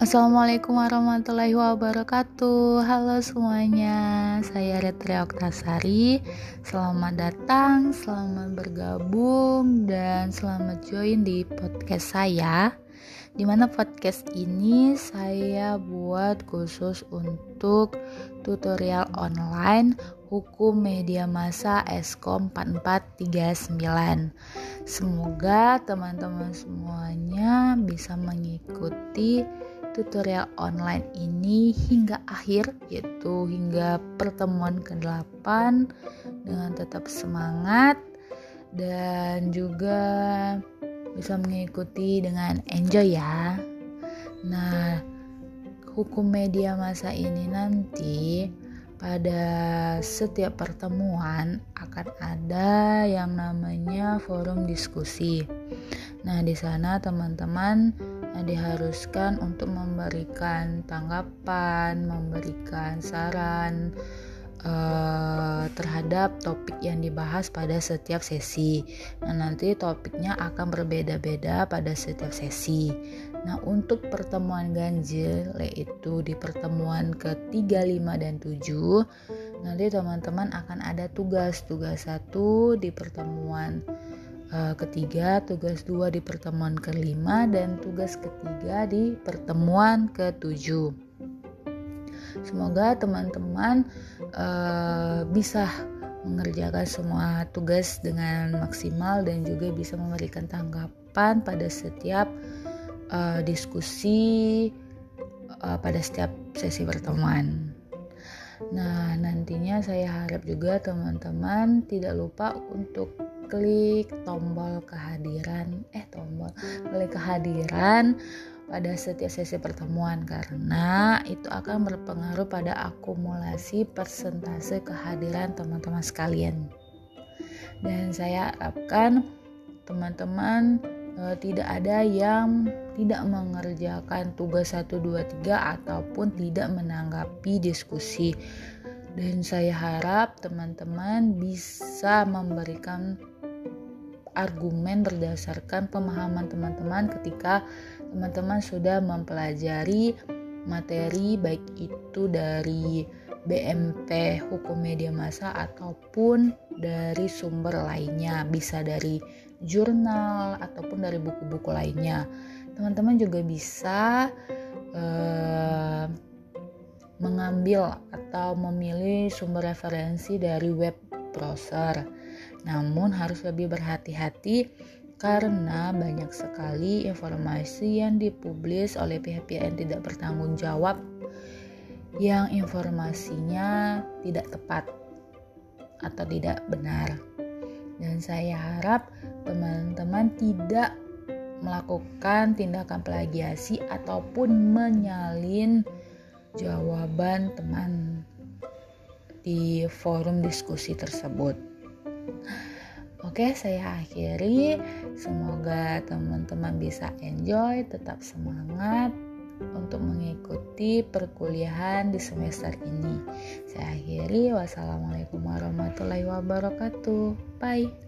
Assalamualaikum warahmatullahi wabarakatuh. Halo semuanya, saya Retria Oktasari. Selamat datang, selamat bergabung, dan selamat join di podcast saya. Dimana podcast ini saya buat khusus untuk tutorial online Hukum Media Massa Eskom 4439. Semoga teman-teman semuanya bisa mengikuti tutorial online ini hingga akhir, yaitu hingga pertemuan ke-8 dengan tetap semangat dan juga bisa mengikuti dengan enjoy ya. Nah, hukum media massa ini nanti pada setiap pertemuan akan ada yang namanya forum diskusi. Nah, di sana teman-teman diharuskan untuk memberikan tanggapan, memberikan saran terhadap topik yang dibahas pada setiap sesi. Nah, nanti topiknya akan berbeda-beda pada setiap sesi. Nah, untuk pertemuan ganjil, yaitu di pertemuan ke-3, 5, dan 7, nanti teman-teman akan ada tugas 1 di pertemuan ketiga, tugas 2 di pertemuan ke-5, dan tugas ketiga di pertemuan ke-7. Semoga teman-teman bisa mengerjakan semua tugas dengan maksimal dan juga bisa memberikan tanggapan pada setiap diskusi pada setiap sesi pertemuan. Nah, nantinya saya harap juga teman-teman tidak lupa untuk klik tombol kehadiran pada setiap sesi pertemuan, karena itu akan berpengaruh pada akumulasi persentase kehadiran teman-teman sekalian. Dan saya harapkan teman-teman tidak ada yang tidak mengerjakan tugas 1, 2, 3 ataupun tidak menanggapi diskusi. Dan saya harap teman-teman bisa memberikan argumen berdasarkan pemahaman teman-teman ketika teman-teman sudah mempelajari materi, baik itu dari BMT Hukum Media Massa ataupun dari sumber lainnya, bisa dari jurnal ataupun dari buku-buku lainnya. Teman-teman juga bisa mengambil atau memilih sumber referensi dari web browser. Namun harus lebih berhati-hati karena banyak sekali informasi yang dipublis oleh pihak-pihak yang tidak bertanggung jawab, yang informasinya tidak tepat atau tidak benar. Dan saya harap teman-teman tidak melakukan tindakan plagiasi ataupun menyalin jawaban teman di forum diskusi tersebut. Oke, saya akhiri. Semoga teman-teman bisa enjoy, tetap semangat untuk mengikuti perkuliahan di semester ini. Saya akhiri. Wassalamualaikum warahmatullahi wabarakatuh. Bye.